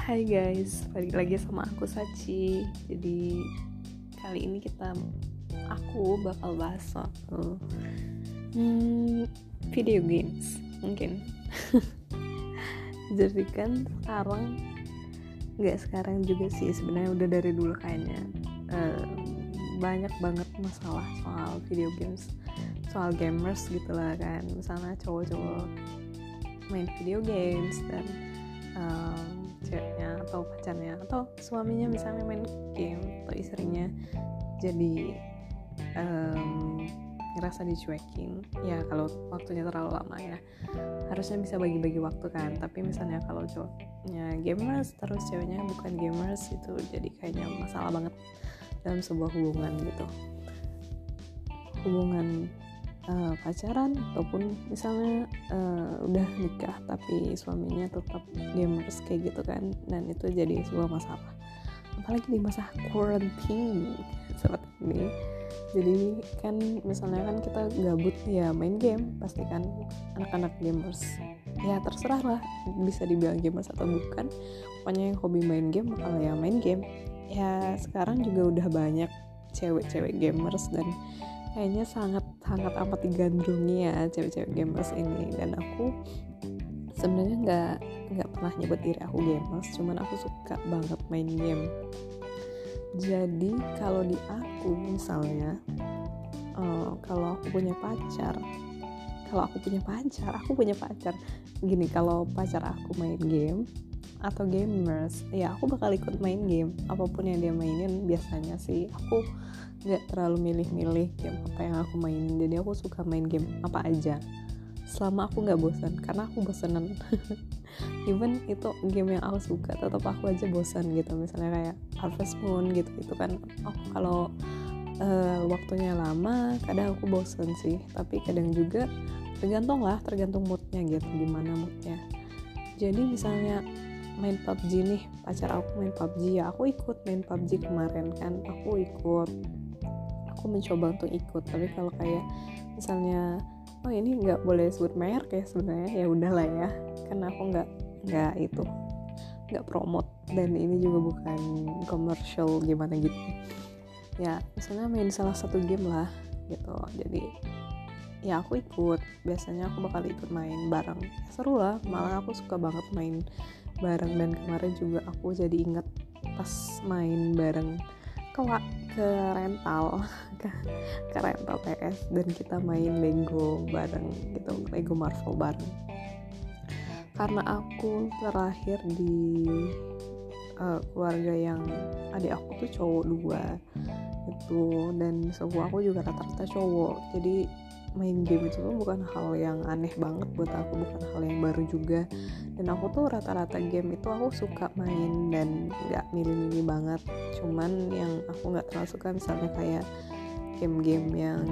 Hai guys, balik lagi sama aku Sachi. Jadi kali ini aku bakal bahas soal video games mungkin. Jadi kan nggak sekarang juga sih, sebenarnya udah dari dulu kayaknya banyak banget masalah soal video games, soal gamers gitulah kan. Misalnya cowok-cowok main video games dan ceweknya atau pacarnya atau suaminya misalnya main game atau istrinya jadi ngerasa dicuekin ya kalau waktunya terlalu lama ya. Harusnya bisa bagi-bagi waktu kan, tapi misalnya kalau cowoknya gamers terus ceweknya bukan gamers, itu jadi kayaknya masalah banget dalam sebuah hubungan gitu, hubungan pacaran ataupun misalnya udah nikah tapi suaminya tetap gamers kayak gitu kan, dan itu jadi sebuah masalah apalagi di masa quarantine seperti ini. Jadi kan misalnya kan kita gabut ya main game, pasti kan anak-anak gamers ya, terserah lah bisa dibilang gamers atau bukan, pokoknya yang hobi main game kalau ya main game. Ya sekarang juga udah banyak cewek-cewek gamers dan kayaknya sangat amat digandrungi ya cewek-cewek gamers ini. Dan aku sebenarnya nggak pernah nyebut diri aku gamers, cuman aku suka banget main game. Jadi kalau di aku misalnya kalau aku punya pacar gini, kalau pacar aku main game atau gamers ya aku bakal ikut main game apapun yang dia mainin. Biasanya sih aku nggak terlalu milih-milih game apa yang aku mainin, jadi aku suka main game apa aja selama aku nggak bosan, karena aku bosenan. Even itu game yang aku suka tetap aku aja bosan gitu. Misalnya kayak Harvest Moon gitu, itu kan aku kalau waktunya lama kadang aku bosan sih, tapi kadang juga tergantung moodnya gitu, gimana moodnya. Jadi misalnya main PUBG nih, pacar aku main PUBG ya aku ikut main PUBG. Kemarin kan aku mencoba untuk ikut, tapi kalau kayak misalnya ini nggak boleh sebut merek ya sebenarnya, ya udahlah ya, karena aku nggak promote dan ini juga bukan commercial gimana gitu ya. Misalnya main salah satu game lah gitu, jadi ya aku ikut. Biasanya aku bakal ikut main bareng ya, seru lah, malah aku suka banget main bareng. Dan kemarin juga aku jadi inget pas main bareng ke rental ke rental PS dan kita main Lego bareng gitu, Lego Marvel bareng. Karena aku terlahir di keluarga yang adik aku tuh cowok 2 itu, dan sepupu aku juga rata-rata cowok, jadi main game itu tuh bukan hal yang aneh banget buat aku, bukan hal yang baru juga. Dan aku tuh rata-rata game itu aku suka main dan gak milih-milih banget. Cuman yang aku gak terlalu suka misalnya kayak game-game yang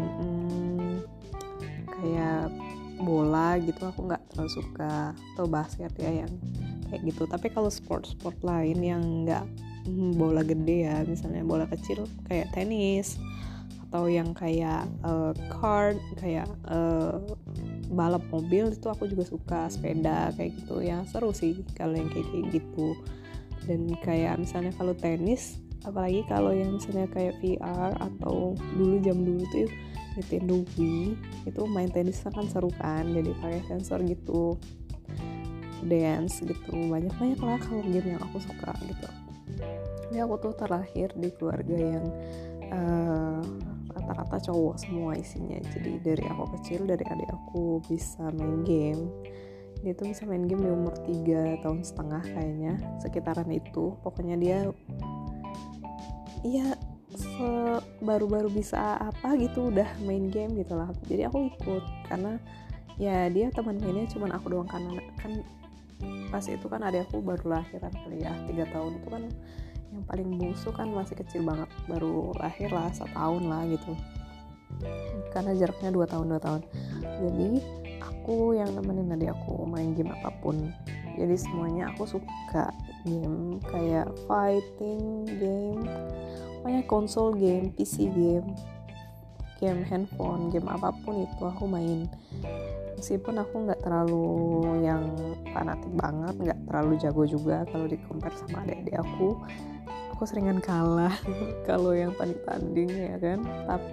kayak bola gitu aku gak terlalu suka, atau basket ya yang kayak gitu. Tapi kalau sport lain yang gak bola gede ya, misalnya bola kecil kayak tenis, atau yang kayak kart, kayak balap mobil, itu aku juga suka. Sepeda kayak gitu ya, seru sih kalau yang kayak gitu. Dan kayak misalnya kalau tenis, apalagi kalau yang misalnya kayak VR atau jam dulu tuh Nintendo Wii, itu main tenis kan seru kan, jadi pakai sensor gitu, dance gitu, banyak lah kalau game yang aku suka gitu. Ini aku tuh terlahir di keluarga yang rata-rata cowok semua isinya. Jadi dari aku kecil, dari adik aku bisa main game. Dia tuh bisa main game di umur 3,5 tahun kayaknya, sekitaran itu. Pokoknya dia ya baru-baru bisa apa gitu udah main game gitu lah. Jadi aku ikut karena ya dia teman mainnya cuman aku doang, karena kan pas itu kan adik aku baru lahiran kali ya, 3 tahun itu kan yang paling bungsu kan masih kecil banget, baru lahir lah 1 tahun lah gitu, karena jaraknya 2 tahun. Jadi aku yang nemenin adik aku main game apapun, jadi semuanya aku suka. Game kayak fighting game, pokoknya konsol game, PC game handphone, game apapun itu aku main. meskipun aku nggak terlalu yang fanatik banget, nggak terlalu jago juga kalau di compare sama adik-adik aku seringan kalah kalau yang tanding ya kan. Tapi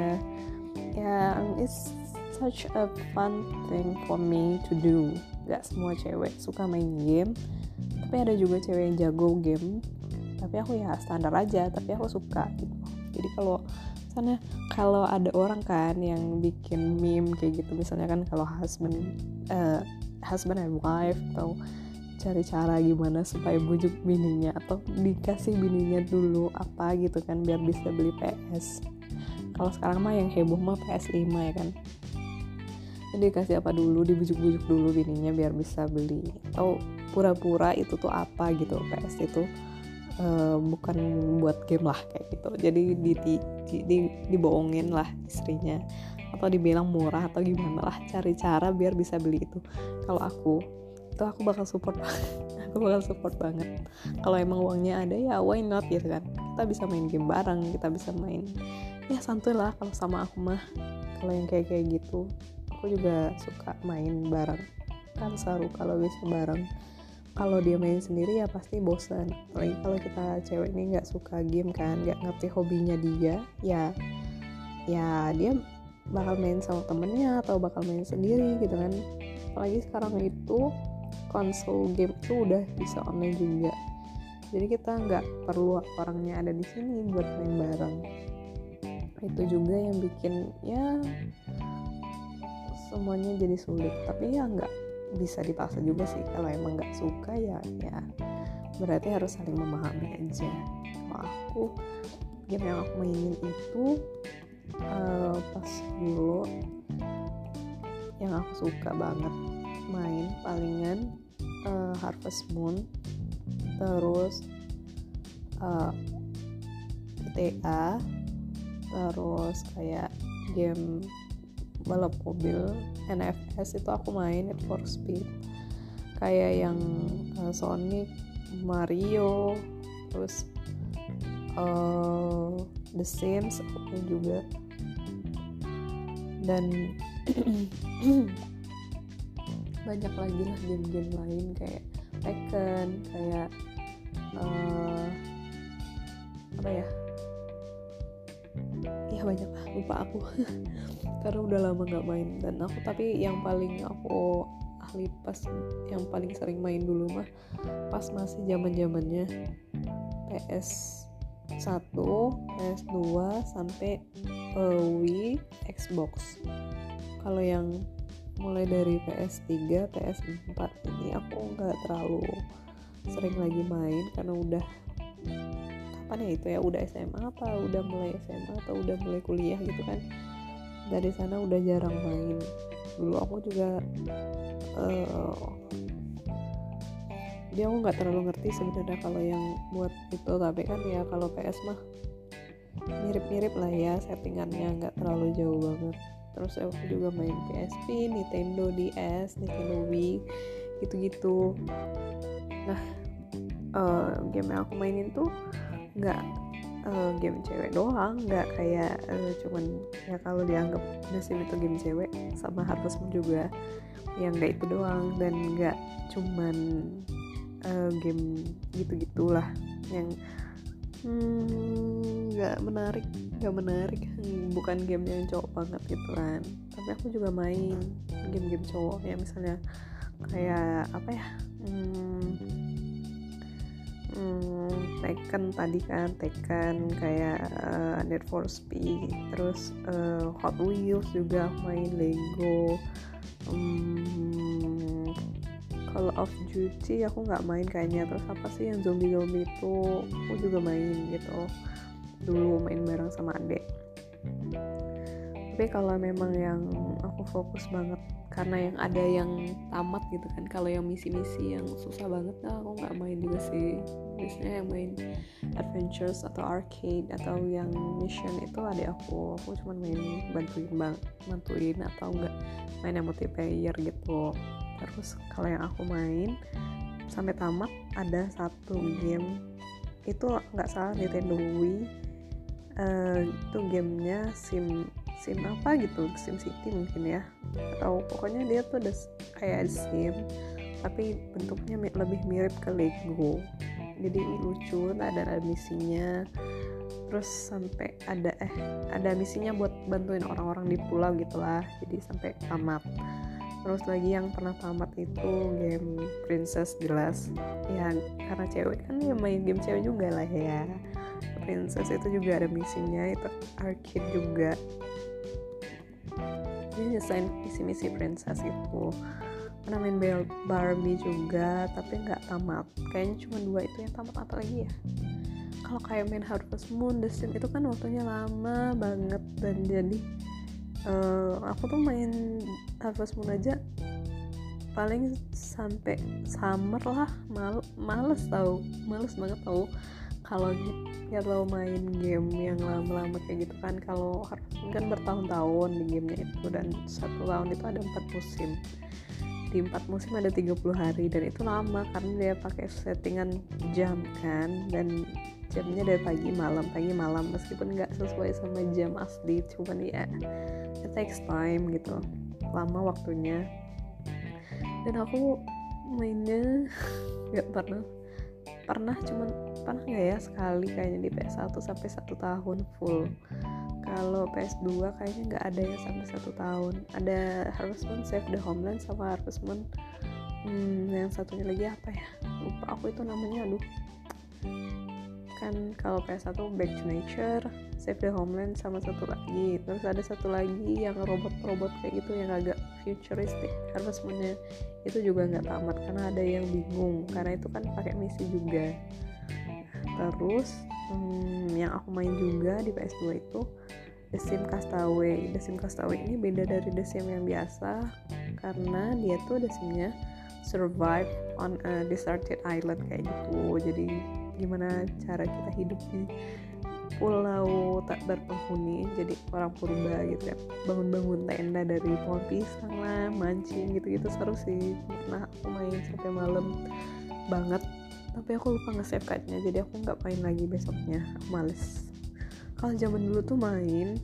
ya it's such a fun thing for me to do. Gak semua cewek suka main game, tapi ada juga cewek yang jago game, tapi aku ya standar aja, tapi aku suka gitu. Jadi misalnya kalau ada orang kan yang bikin meme kayak gitu, misalnya kan kalau husband and wife, atau cari cara gimana supaya bujuk bininya atau dikasih bininya dulu apa gitu kan biar bisa beli PS. Kalau sekarang mah yang heboh mah PS5 ya kan. Jadi dikasih apa dulu, dibujuk-bujuk dulu bininya biar bisa beli, atau pura-pura itu tuh apa gitu, PS itu bukan buat game lah kayak gitu. Jadi dibohongin lah istrinya, atau dibilang murah atau gimana lah, cari cara biar bisa beli itu. Kalau aku bakal support aku bakal support banget. Kalau emang uangnya ada ya why not gitu kan, kita bisa main game bareng, kita bisa main ya santuy lah. Kalau sama aku mah kalau yang kayak gitu aku juga suka main bareng kan, seru kalau bisa bareng. Kalau dia main sendiri ya pasti bosan, apalagi kalau kita cewek ini nggak suka game kan, nggak ngerti hobinya dia, ya dia bakal main sama temennya atau bakal main sendiri gitu kan. Apalagi sekarang itu konsol game itu udah bisa online juga, jadi kita nggak perlu orangnya ada di sini buat main bareng. Itu juga yang bikin ya semuanya jadi sulit, tapi ya nggak bisa dipaksa juga sih. Kalau emang nggak suka ya berarti harus saling memahami aja. Kalau aku, game yang aku mainin itu pas dulu yang aku suka banget main palingan Harvest Moon, terus GTA, terus kayak game balap mobil NFS itu aku main, Need for Speed, kayak yang Sonic, Mario, terus The Sims aku main juga. Dan banyak lagi lah game-game lain kayak Tekken, kayak apa ya banyak lah, lupa aku karena udah lama nggak main. Dan aku tapi yang paling aku ahli pas yang paling sering main dulu mah pas masih zaman-zamannya PS1, PS2 sampai Wii, Xbox. Kalau yang mulai dari PS3, PS4 ini aku nggak terlalu sering lagi main karena udah kapan ya itu ya, udah SMA apa udah mulai SMA atau udah mulai kuliah gitu kan. Dari sana udah jarang main. Dulu aku juga dia aku nggak terlalu ngerti sebenarnya kalau yang buat itu, tapi kan ya kalau PS mah mirip-mirip lah ya settingannya, nggak terlalu jauh banget. Terus aku juga main PSP, Nintendo DS, Nintendo Wii gitu-gitu. Nah game yang aku mainin tuh nggak game cewek doang, nggak kayak cuman ya kalau dianggap nasib itu game cewek, sama Harvest Moon juga yang nggak itu doang. Dan nggak cuman game gitu-gitulah yang nggak menarik, bukan game yang cowok banget gitu kan. Tapi aku juga main game-game cowok ya, misalnya kayak apa ya, Tekken tadi kan, Tekken kayak Need for Speed, terus Hot Wheels juga main, Lego, Call of Duty aku nggak main kayaknya. Terus apa sih yang zombie itu aku juga main gitu dulu, main bareng sama adek. Tapi kalau memang yang aku fokus banget karena yang ada yang tamat gitu kan, kalau yang misi-misi yang susah banget aku nggak main juga sih. Biasanya yang main adventures atau arcade atau yang mission itu adek aku cuma main bantuin atau enggak main yang multiplayer gitu. Terus kalau yang aku main sampai tamat ada satu game itu nggak salah Nintendo Wii, itu gamenya Sim apa gitu, Sim City mungkin ya, atau pokoknya dia tuh ada kayak Sim tapi bentuknya lebih mirip ke Lego. Jadi lucu, ada misinya, terus sampai ada misinya buat bantuin orang-orang di pulau gitulah, jadi sampai tamat. Terus lagi yang pernah tamat itu game Princess, jelas ya, karena cewek kan ya main game cewek juga lah ya. Princess itu juga ada misinya, itu arcade juga, dia nyesain misi-misi princess itu. Pernah main Barbie juga tapi nggak tamat, kayaknya cuma 2 itu yang tamat. Apa lagi ya, kalau kayak main Harvest Moon, The Sims itu kan waktunya lama banget, dan jadi aku tuh main Harvest Moon aja paling sampai summer lah, males banget tau kalau main game yang lama-lama kayak gitu kan. Kalau Harvest Moon kan bertahun-tahun di gamenya itu, dan 1 tahun itu ada 4 musim, di 4 musim ada 30 hari, dan itu lama karena dia pakai settingan jam kan, dan jamnya dari pagi malam meskipun nggak sesuai sama jam asli, cuman ya it takes time gitu, lama waktunya. Dan aku mainnya nggak pernah cuman pernah nggak ya sekali kayaknya di PS1 sampai 1 tahun full. Kalau PS2 kayaknya nggak ada yang sampai 1 tahun. Ada Harvest Moon Save the Homeland sama Harvest Moon yang satunya lagi apa ya, lupa aku itu namanya. Kan kalau PS1 Back to Nature, Save the Homeland, sama satu lagi, terus ada satu lagi yang robot-robot kayak gitu yang agak futuristic. Harvest Moon-nya itu juga nggak tamat karena ada yang bingung, karena itu kan pakai misi juga. Terus yang aku main juga di PS2 itu The Sims Castaway. The Sims Castaway ini beda dari The Sims yang biasa karena dia tuh The Sims-nya survive on a deserted island kayak gitu. Jadi gimana cara kita hidup di pulau tak berpenghuni, jadi orang purba gitu kan, bangun-bangun tenda dari pohon pisang lah, mancing gitu-gitu, seru sih. Nah aku main sampai malam banget, tapi aku lupa nge-save card-nya, jadi aku nggak main lagi besoknya, aku males. Kalau zaman dulu tuh main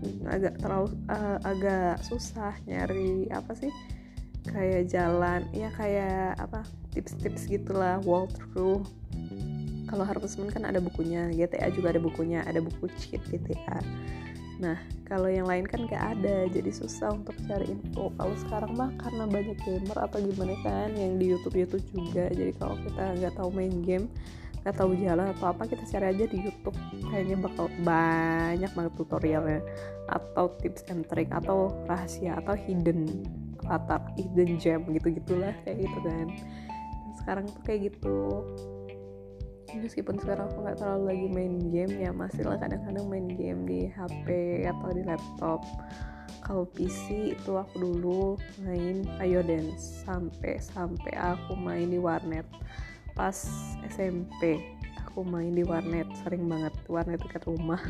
agak susah nyari apa sih, kayak jalan ya, kayak apa, tips-tips gitulah, walkthrough. Kalau Harvest Moon kan ada bukunya, GTA juga ada bukunya, ada buku cheat GTA. Nah kalau yang lain kan gak ada, jadi susah untuk cari info. Kalau sekarang mah karena banyak gamer atau gimana kan yang di YouTube juga, jadi kalau kita nggak tahu main game, nggak tahu jalan atau apa, kita cari aja di YouTube, kayaknya bakal banyak banget tutorialnya, atau tips and trick, atau rahasia, atau hidden gem gitu-gitulah kayak gitu kan. Dan sekarang tuh kayak gitu. Meskipun sekarang aku nggak terlalu lagi main game, ya masih lah kadang-kadang main game di HP atau di laptop. Kalau PC itu aku dulu main Ayo Dance sampai aku main di warnet. Pas SMP aku main di warnet, sering banget, warnet dekat rumah.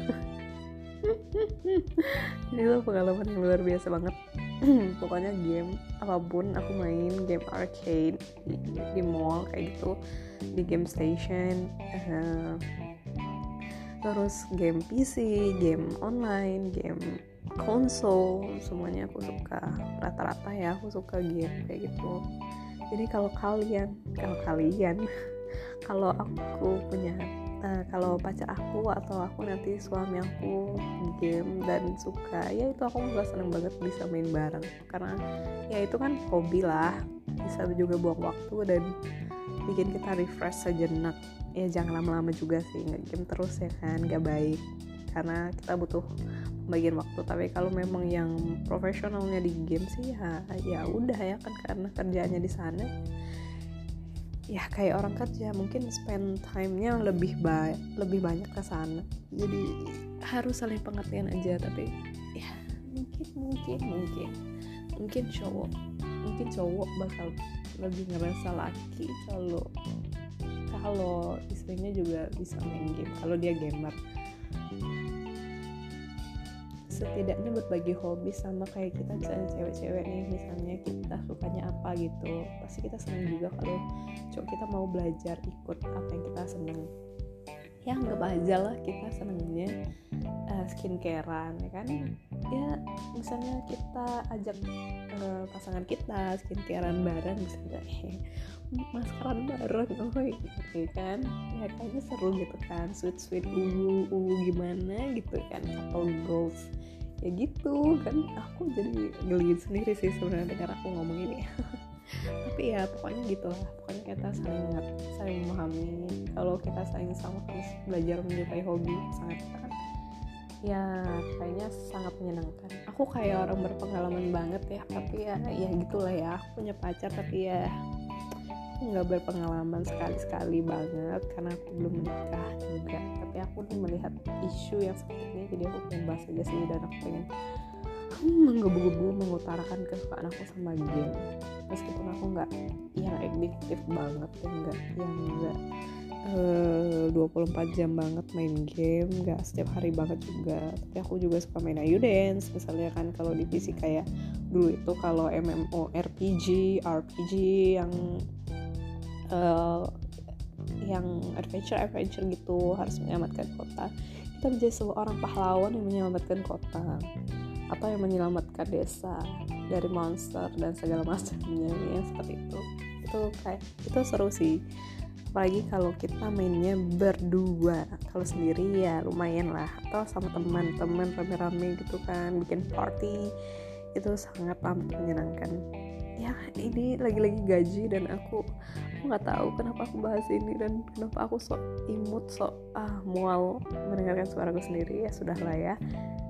Jadi itu pengalaman yang luar biasa banget. Pokoknya game apapun aku main, game arcade di mall kayak gitu, di game station, terus game PC, game online, game konsol, semuanya aku suka. Rata-rata ya aku suka game kayak gitu. Jadi kalau aku punya kalau pacar aku atau aku nanti suami aku game dan suka, ya itu aku juga seneng banget bisa main bareng, karena ya itu kan hobi lah, bisa juga buang waktu dan bikin kita refresh sejenak. Ya jangan lama-lama juga sih, nge-game terus ya kan, gak baik karena kita butuh pembagian waktu. Tapi kalau memang yang profesionalnya di game sih ya udah ya kan, karena kerjaannya di sana ya kayak orang kerja, mungkin spend time-nya lebih banyak ke sana. Jadi harus saling pengertian aja. Tapi ya mungkin cowok bakal lebih ngerasa laki kalau istrinya juga bisa main game, kalau dia gamer. Setidaknya berbagi hobi sama kayak kita misalnya cewek-cewek nih, misalnya kita sukanya apa gitu, pasti kita seneng juga kalau cowok kita mau belajar ikut apa yang kita seneng. ya anggap aja lah kita senengnya skincarean ya kan, ya misalnya kita ajak pasangan kita skincarean bareng, misalnya maskeran bareng, ya kan, ya kayaknya seru gitu kan, sweet gimana gitu kan, couple goals ya gitu kan. Aku jadi geli sendiri sih sebenarnya dengar aku ngomong ini. Tapi ya pokoknya gitulah, pokoknya kita saling memahami. Kalau kita saling sama-sama belajar menyukai hobi pasangan kita kan, ya kayaknya sangat menyenangkan. Aku kayak orang berpengalaman banget ya, tapi ya gitulah ya, aku punya pacar tapi ya aku nggak berpengalaman sekali banget karena aku belum menikah juga. Tapi aku nih melihat isu yang seperti ini, jadi aku pengen bahas aja sih, dan aku pengen menggebu-gebu mengutarakan kesukaan aku sama game, meskipun aku nggak yang addictive banget ya, nggak 24 jam banget main game, nggak setiap hari banget juga. Tapi aku juga suka main Ayu Dance misalnya kan, kalau di PC kayak dulu itu kalau MMORPG yang adventure gitu, harus menyelamatkan kota. Kita menjadi seorang pahlawan yang menyelamatkan kota atau yang menyelamatkan desa dari monster dan segala macamnya yang seperti itu. Itu seru sih, apalagi kalau kita mainnya berdua. Kalau sendiri ya lumayan lah, atau sama teman-teman rame-rame gitu kan, bikin party, itu sangat amat menyenangkan. Ya ini lagi-lagi gaji dan aku nggak tahu kenapa aku bahas ini dan kenapa aku sok imut, mual mendengarkan suaraku sendiri. Ya sudahlah ya,